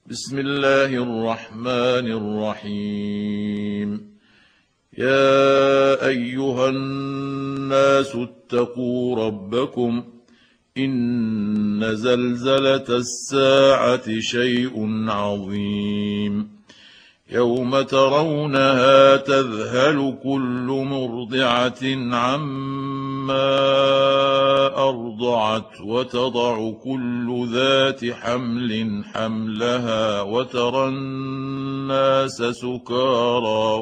بسم الله الرحمن الرحيم. يا أيها الناس اتقوا ربكم، إن زلزلة الساعة شيء عظيم، يوم ترونها تذهل كل مرضعة عما أرضعت وتضع كل ذات حمل حملها وترى الناس سكارى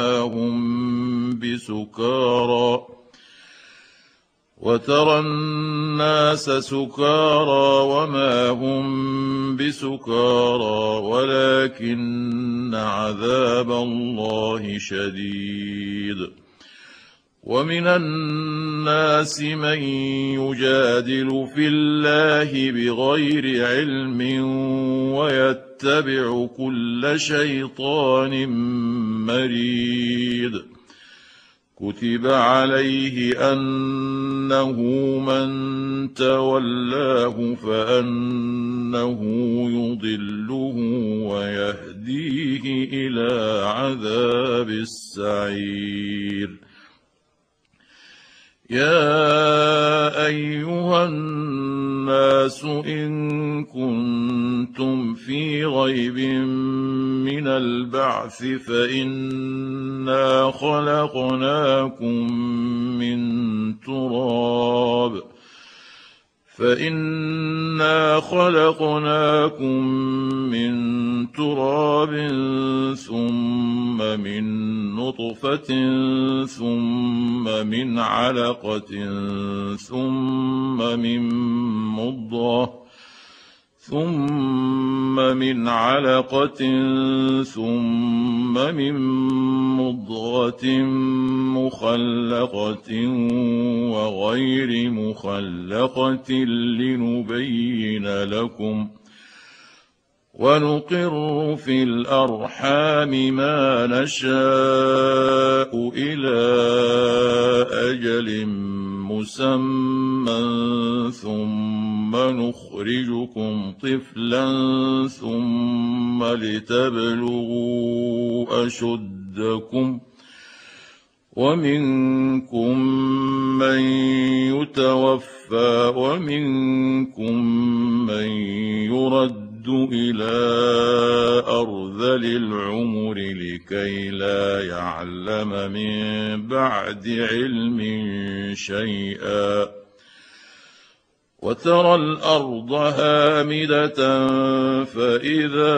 وما هم بسكارى ولكن عذاب الله شديد. ومن الناس من يجادل في الله بغير علم ويتبع كل شيطان مريد. كتب عليه أنه من تولاه فأنه يضله ويهديه إلى عذاب السعير. يا أيها الناس إن كنتم في ريب من البعث فإنا خلقناكم من تراب ثم من نطفة ثم من علقة ثم من مضغة مخلقة وغير مخلقة لنبين لكم، ونقر في الأرحام ما نشاء إلى أجل مسمى ثم نخرجكم طفلا ثم لتبلغوا أشدكم، ومنكم من يتوفى ومنكم من يرد إلى أرذل العمر لكي لا يعلم من بعد علم شيئا. وترى الأرض هامدة فإذا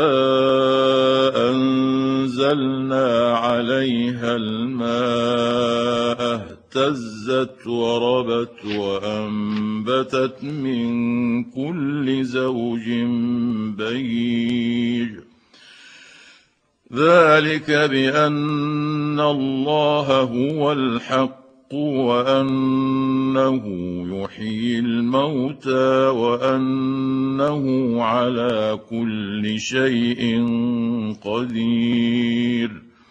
أنزلنا عليها الماء اهتزت وربت وأنبتت من كل زوج بهيج. ذلك بأن الله هو الحق وأنه يحيي الموتى وأنه على كل شيء قدير،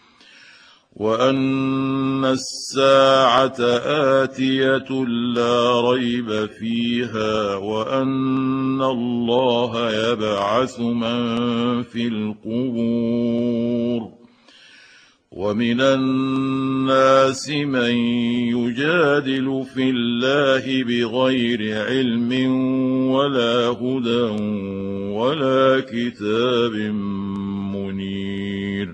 وأن الساعة آتية لا ريب فيها، وأن الله يبعث من في القبور. ومن الناس من يجادل في الله بغير علم ولا هدى ولا كتاب منير.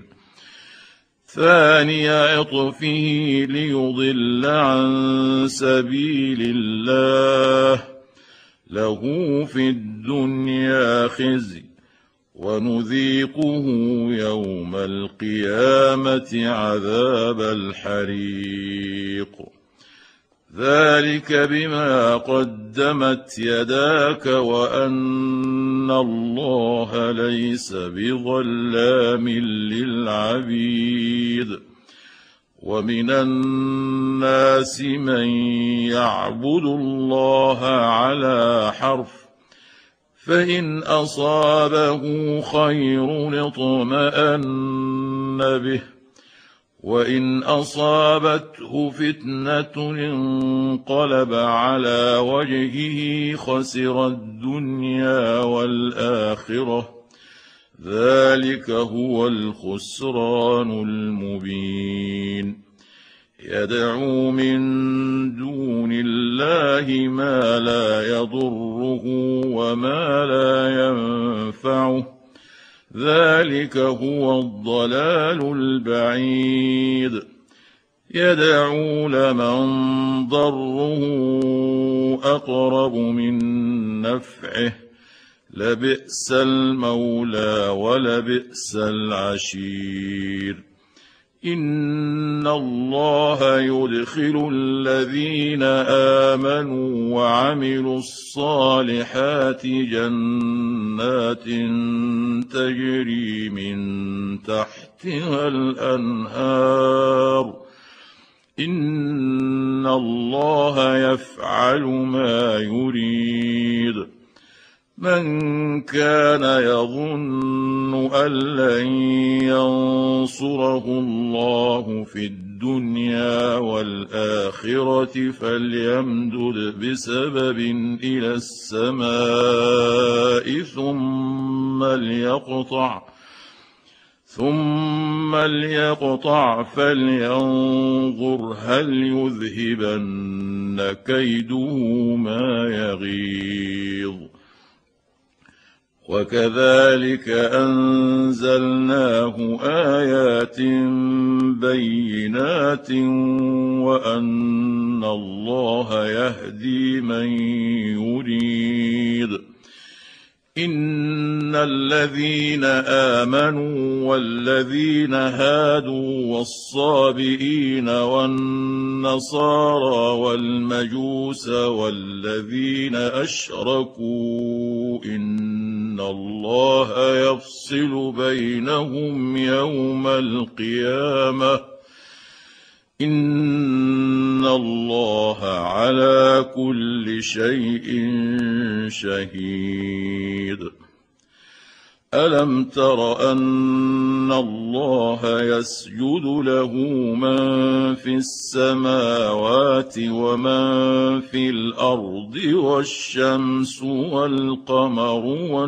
ثاني عطفه ليضل عن سبيل الله، له في الدنيا خزي ونذيقه يوم القيامة عذاب الحريق. ذلك بما قدمت يداك وأن الله ليس بظلام للعبيد. ومن الناس من يعبد الله على حرف، فإن أصابه خير اطمأن به، وإن أصابته فتنة انقلب على وجهه خسر الدنيا والآخرة، ذلك هو الخسران المبين. يدعو من دون الله ما لا يضره وما لا ينفعه، ذلك هو الضلال البعيد. يدعو لمن ضره أقرب من نفعه، لبئس المولى ولبئس العشير. إن الله يدخل الذين آمنوا وعملوا الصالحات جنات تجري من تحتها الأنهار، إن الله يفعل ما يريد. من كان يظن أن لن ينصره الله في الدنيا والآخرة فليمدد بسبب إلى السماء ثم ليقطع فلينظر هل يذهبن كيده ما يغيظ. وكذلك أنزلناه آيات بينات وأن الله يهدي من يريد. إن الذين آمنوا والذين هادوا والصابئين والنصارى والمجوس والذين أشركوا إن الله يفصل بينهم يوم القيامة، إن الله على كل شيء شهيد. ألم تر أن الله يسجد له من في السماوات ومن في الأرض والشمس والقمر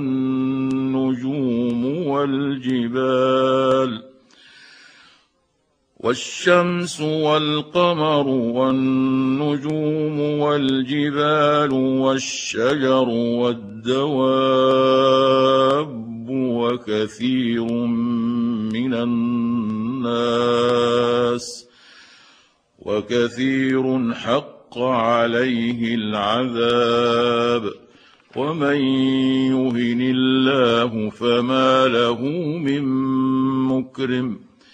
والنجوم والجبال والشجر والدواب وكثير حق عليه العذاب. ومن يهن الله فما له من مكرم،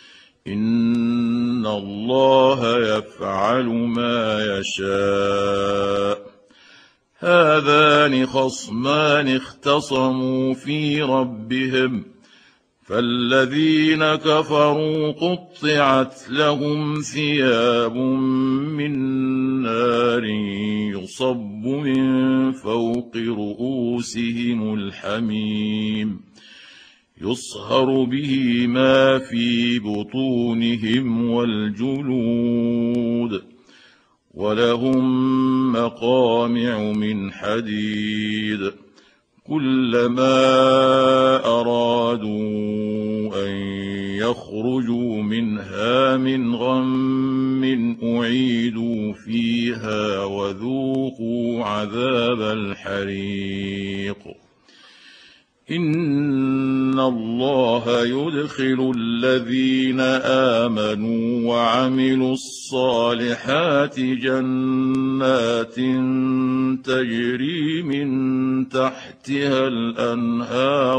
إن الله يفعل ما يشاء. هذان خصمان اختصموا في ربهم، فالذين كفروا قطعت لهم ثياب من نار يصب من فوق رؤوسهم الحميم، يصهر به ما في بطونهم والجلود، ولهم مقامع من حديد. كلما أرادوا أن يخرجوا منها من غم أعيدوا فيها وذوقوا عذاب الحريق. إن الله يدخل الذين آمنوا وعملوا الصالحات جنات تجري من تحتها الأنهار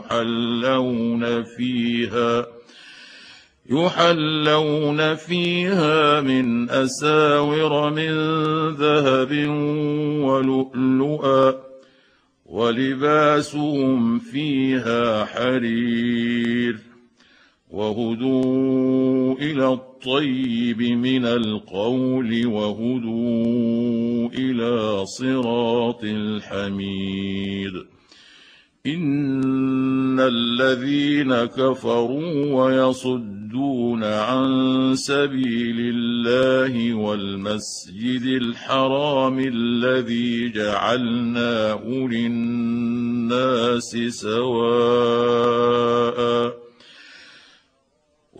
يحلون فيها من أساور من ذهب ولؤلؤا، ولباسهم فيها حرير. وهدوا إلى الطيب من القول وهدوا إلى صراط الحميد. إن الذين كفروا ويصدون عن سبيل الله والمسجد الحرام الذي جعلناه للناس سواء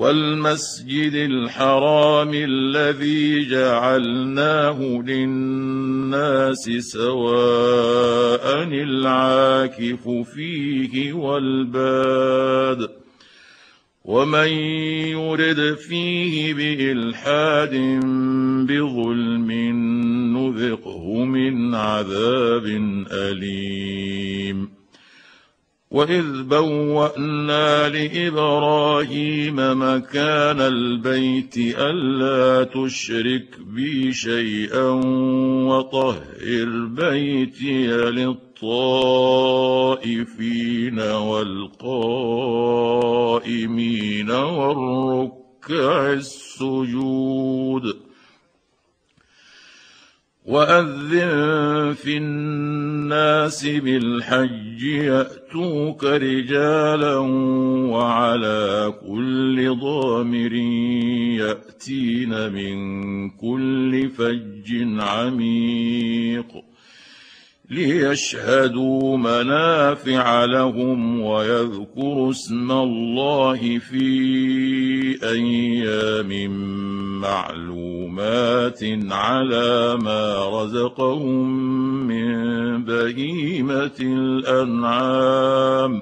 والمسجد الحرام الذي جعلناه للناس سواء العاكف فيه والباد ومن يرد فيه بإلحاد بظلم نذقه من عذاب أليم وإذ بوأنا لإبراهيم مكان البيت ألا تشرك بي شيئا وطهر بيتي للطائفين والقائمين والركع السجود وأذن في الناس بالحج يأتوك رجالا وعلى كل ضامر يأتين من كل فج عميق ليشهدوا منافع لهم ويذكروا اسم الله في أيام معلومات على ما رزقهم من بهيمة الأنعام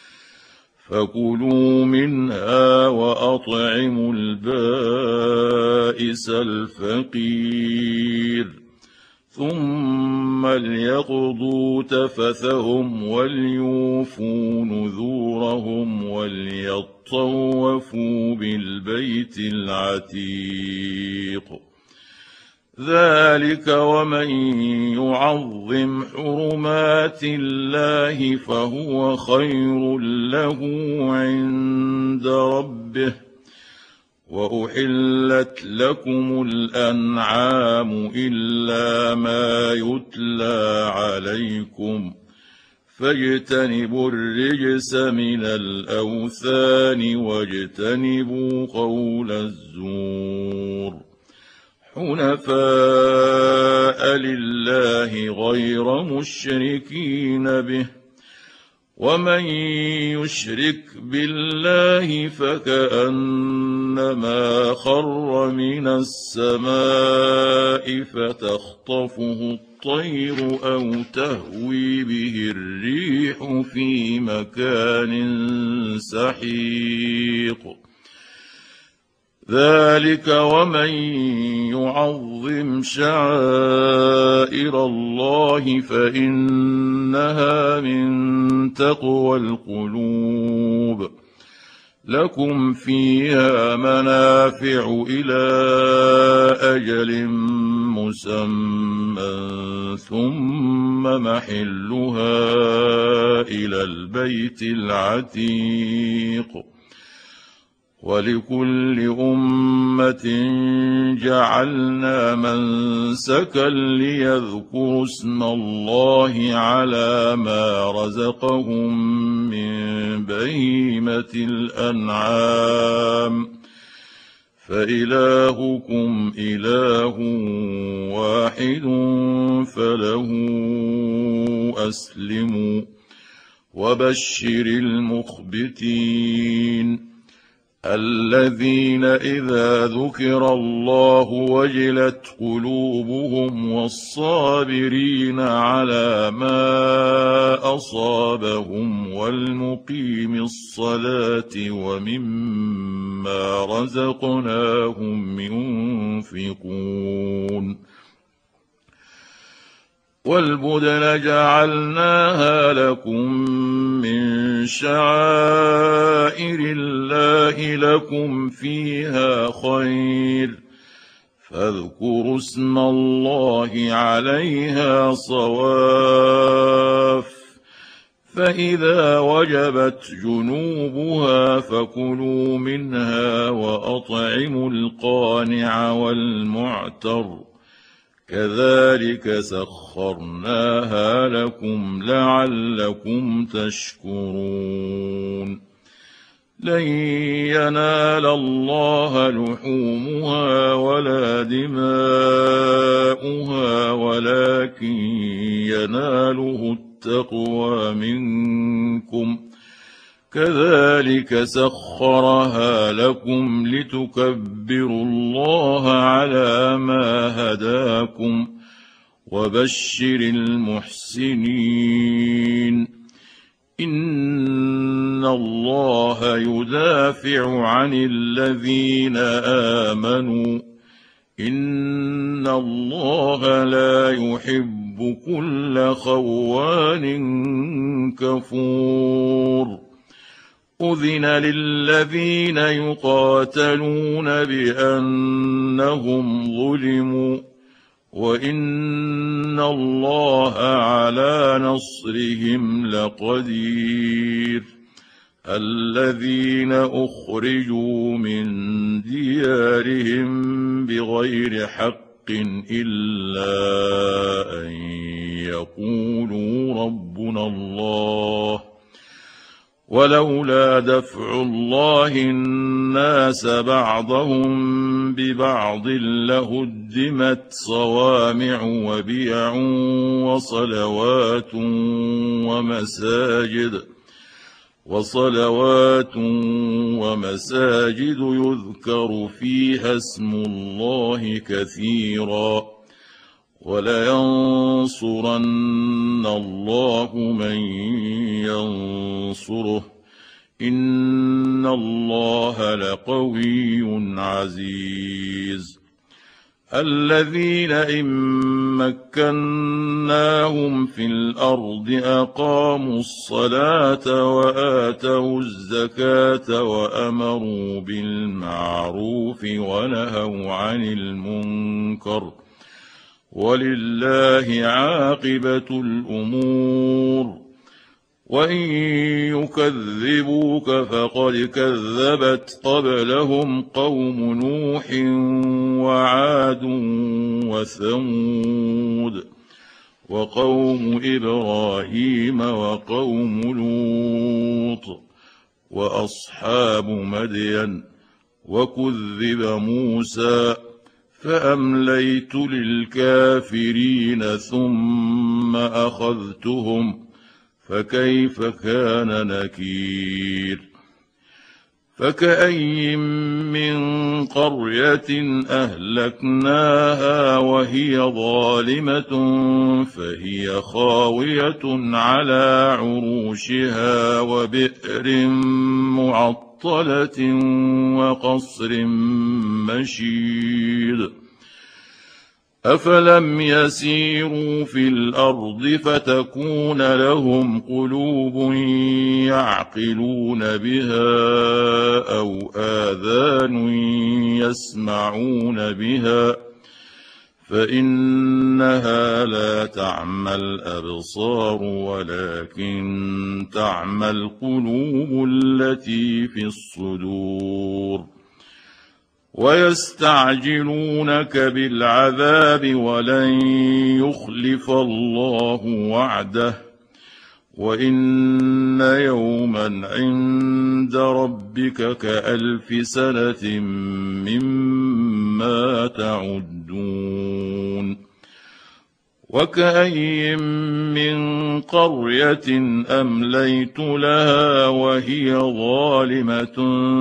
فكلوا منها وأطعموا البائس الفقير ثم ليقضوا تفثهم وليوفوا نذورهم وليطوفوا بالبيت العتيق ذلك ومن يعظم حرمات الله فهو خير له عند ربه وأحلت لكم الأنعام إلا ما يتلى عليكم فاجتنبوا الرجس من الأوثان واجتنبوا قول الزور حنفاء لله غير مشركين به ومن يشرك بالله فكأنما خر من السماء فتخطفه الطير أو تهوي به الريح في مكان سحيق ذلك ومن يعظم شعائر الله فإنها من تقوى القلوب لكم فيها منافع إلى أجل مسمى ثم محلها إلى البيت العتيق ولكل أمة جعلنا منسكا ليذكروا اسم الله على ما رزقهم من بهيمة الأنعام فإلهكم إله واحد فله أسلموا وبشر المخبتين الذين إذا ذكر الله وجلت قلوبهم والصابرين على ما أصابهم والمقيم الصلاة ومما رزقناهم ينفقون والبدن جعلناها لكم من شعائر الله لكم فيها خير فاذكروا اسم الله عليها صواف فإذا وجبت جنوبها فكلوا منها وأطعموا القانع والمعتر كذلك سخرناها لكم لعلكم تشكرون لن ينال الله لحومها ولا دماؤها ولكن يناله التقوى منكم كذلك سخرها لكم لتكبروا الله على ما هداكم وبشر المحسنين إن الله يدافع عن الذين آمنوا إن الله لا يحب كل خوان كفور أذن للذين يقاتلون بأنهم ظلموا وإن الله على نصرهم لقدير الذين أخرجوا من ديارهم بغير حق إلا أن يقولوا ربنا الله ولولا دفع الله الناس بعضهم ببعض لهدمت صوامع وبيع وصلوات ومساجد يذكر فيها اسم الله كثيرا ولينصرن الله من ينصره إن الله لقوي عزيز الذين إن مكناهم في الأرض أقاموا الصلاة وآتوا الزكاة وأمروا بالمعروف ونهوا عن المنكر ولله عاقبة الأمور وإن يكذبوك فقد كذبت قبلهم قوم نوح وعاد وثمود وقوم إبراهيم وقوم لوط وأصحاب مدين وكذب موسى فأمليت للكافرين ثم أخذتهم فكيف كان نكير فكأي من قرية أهلكناها وهي ظالمة فهي خاوية على عروشها وبئر معطلة وقصر مشيد أفلم يسيروا في الأرض فتكون لهم قلوب يعقلون بها أو آذان يسمعون بها فإنها لا تعمى الأبصار ولكن تعمى القلوب التي في الصدور ويستعجلونك بالعذاب ولن يخلف الله وعده وإن يوما عند ربك كألف سنة مما تعدون وكأي من قرية أمليت لها وهي ظالمة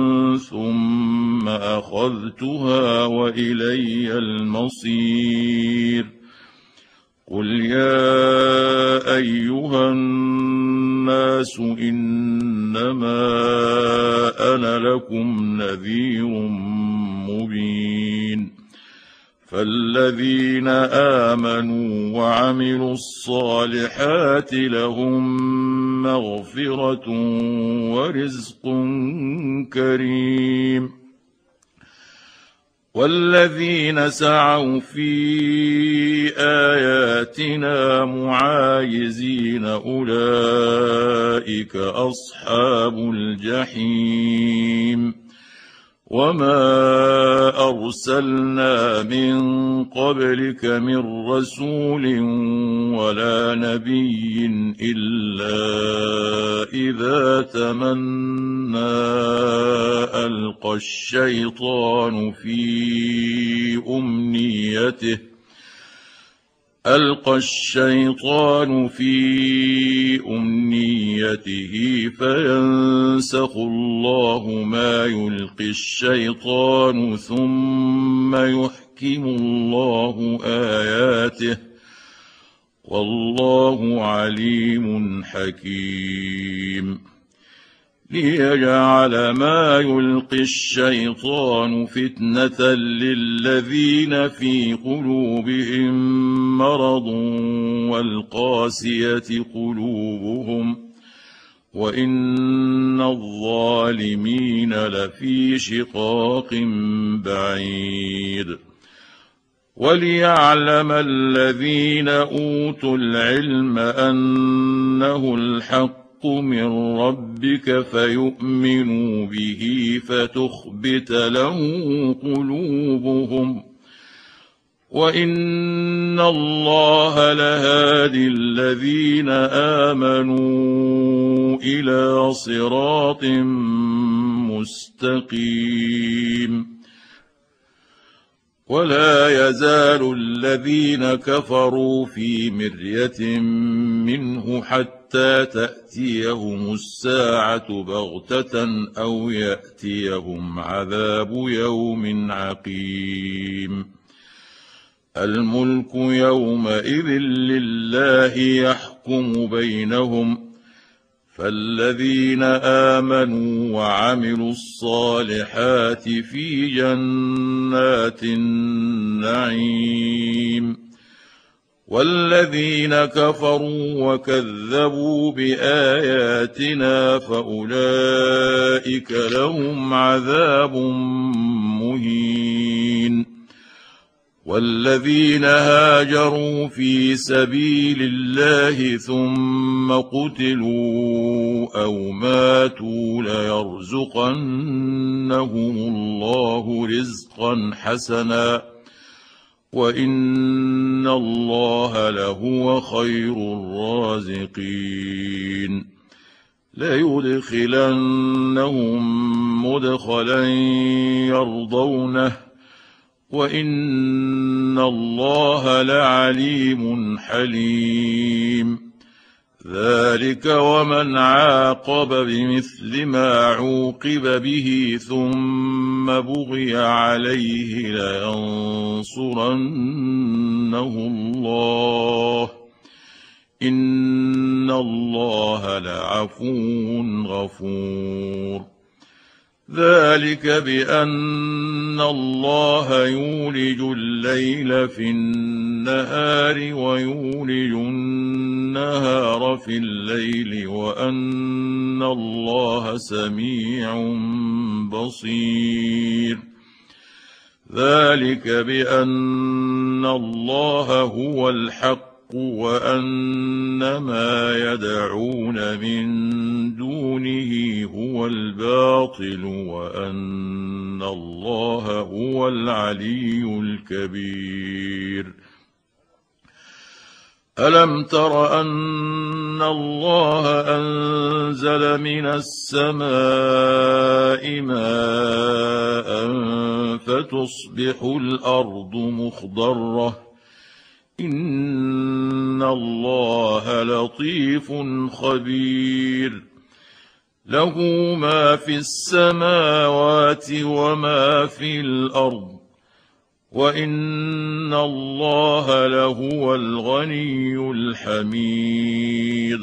ثم أخذتها وإلي المصير قل يا أيها الناس إنما أنا لكم نذير مبين فالذين آمنوا وعملوا الصالحات لهم مغفرة ورزق كريم والذين سعوا في آياتنا معاجزين أولئك أصحاب الجحيم وما أرسلنا من قبلك من رسول ولا نبي إلا إذا تمنى ألقى الشيطان في ألقى الشيطان في أمنيته فينسخ الله ما يلقي الشيطان ثم يحكم الله آياته والله عليم حكيم ليجعل ما يلقي الشيطان فتنة للذين في قلوبهم مرض والقاسية قلوبهم وإن الظالمين لفي شقاق بعيد وليعلم الذين أوتوا العلم أنه الحق من ربك فيؤمنوا به فتخبت له قلوبهم وإن الله لهادي الذين آمنوا إلى صراط مستقيم ولا يزال الذين كفروا في مرية منه حتى تأتيهم الساعة بغتة أو يأتيهم عذاب يوم عقيم الملك يومئذ لله يحكم بينهم فالذين آمنوا وعملوا الصالحات في جنات النعيم والذين كفروا وكذبوا بآياتنا فأولئك لهم عذاب مهين والذين هاجروا في سبيل الله ثم قتلوا أو ماتوا ليرزقنهم الله رزقا حسنا وإن الله لهو خير الرازقين ليدخلنهم مدخلا يرضونه وإن الله لعليم حليم ذلك ومن عاقب بمثل ما عوقب به ثم بغي عليه لينصرنه الله إن الله لعفو غفور ذلك بأن الله يولج الليل في النهار ويولج النهار في الليل وأن الله سميع بصير ذلك بأن الله هو الحق وأن ما يدعون من دونه هو الباطل وأن الله هو العلي الكبير ألم تر أن الله أنزل من السماء ماء فتصبح الأرض مخضرة إن الله لطيف خبير له ما في السماوات وما في الأرض وإن الله لهو الغني الحميد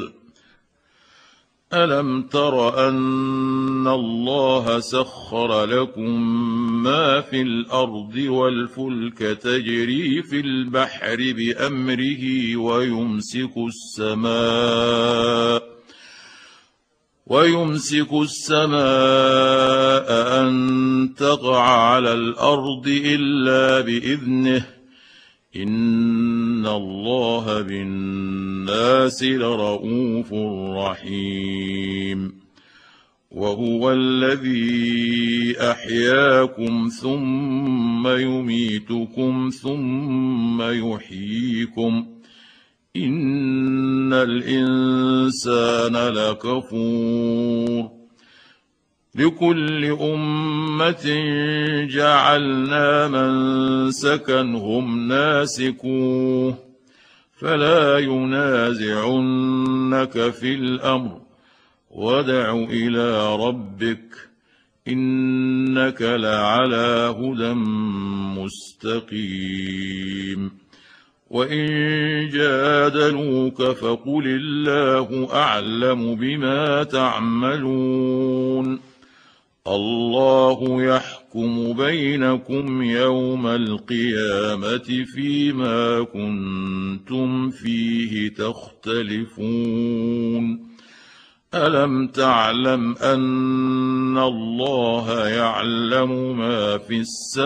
ألم تر أن الله سخر لكم ما في الأرض والفلك تجري في البحر بأمره ويمسك السماء أن تقع على الأرض إلا بإذنه إن الله بالناس لرءوف رحيم وهو الذي أحياكم ثم يميتكم ثم يحييكم إن الإنسان لكفور لكل أمة جعلنا منسكا هم ناسكوه فلا ينازعنك في الأمر، وادع إلى ربك إنك لعلى هدى مستقيم. وإن جادلوك فقل الله أعلم بما تعملون، الله يحكم بينكم يوم القيامة فيما كنتم فيه تختلفون. ألم تعلم أن الله يعلم ما في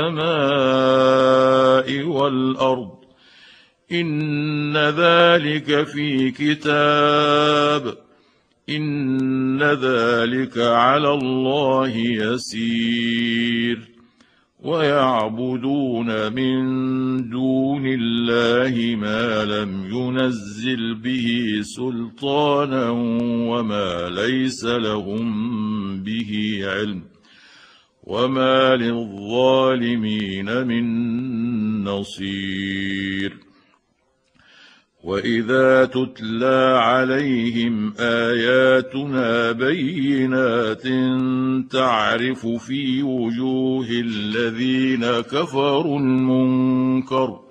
السماء والأرض؟ إن ذلك في كتاب، إن ذلك على الله يسير. ويعبدون من دون الله ما لم ينزل به سلطانا وما ليس لهم به علم، وما للظالمين من نصير. وإذا تتلى عليهم آياتنا بينات تعرف في وجوه الذين كفروا المنكر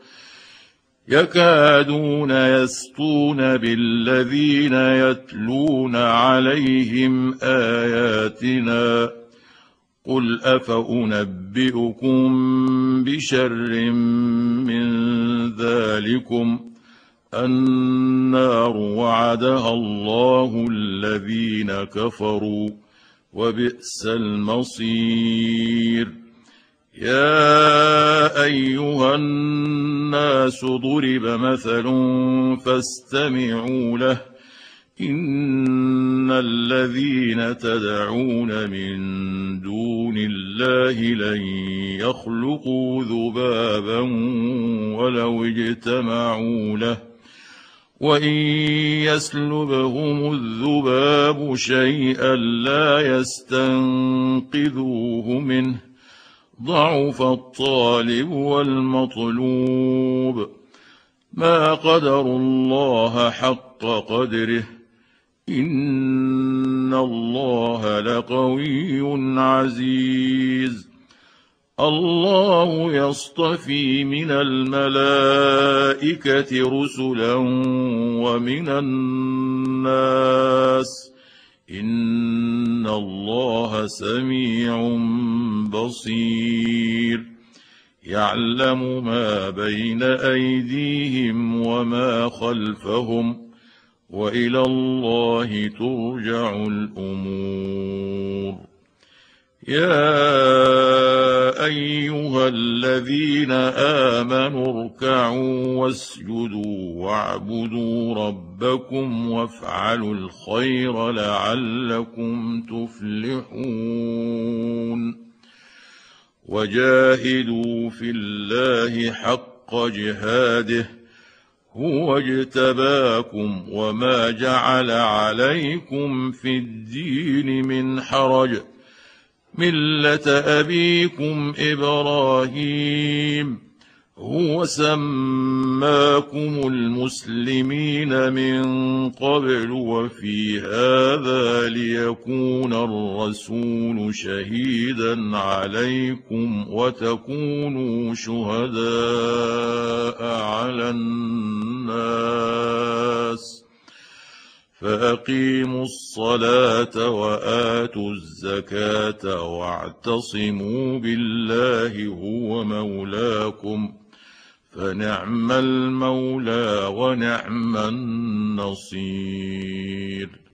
يكادون يسطون بالذين يتلون عليهم آياتنا. قل أفأنبئكم بشر من ذلكم النار وعدها الله الذين كفروا وبئس المصير. يا أيها الناس ضرب مثل فاستمعوا له، إن الذين تدعون من دون الله لن يخلقوا ذبابا ولو اجتمعوا له، وإن يسلبهم الذباب شيئا لا يستنقذوه منه، ضعف الطالب والمطلوب. ما قدروا الله حق قدره، إن الله لقوي عزيز. الله يصطفي من الملائكة رسلا ومن الناس، إن الله سميع بصير. يعلم ما بين أيديهم وما خلفهم، وإلى الله ترجع الأمور. يا أيها الذين آمنوا اركعوا واسجدوا واعبدوا ربكم وافعلوا الخير لعلكم تفلحون. وجاهدوا في الله حق جهاده، هو اجتباكم وما جعل عليكم في الدين من حرج، ملة أبيكم إبراهيم، هو سماكم المسلمين من قبل وفي هذا ليكون الرسول شهيدا عليكم وتكونوا شهداء على الناس. فأقيموا الصلاة وآتوا الزكاة واعتصموا بالله هو مولاكم، فنعم المولى ونعم النصير.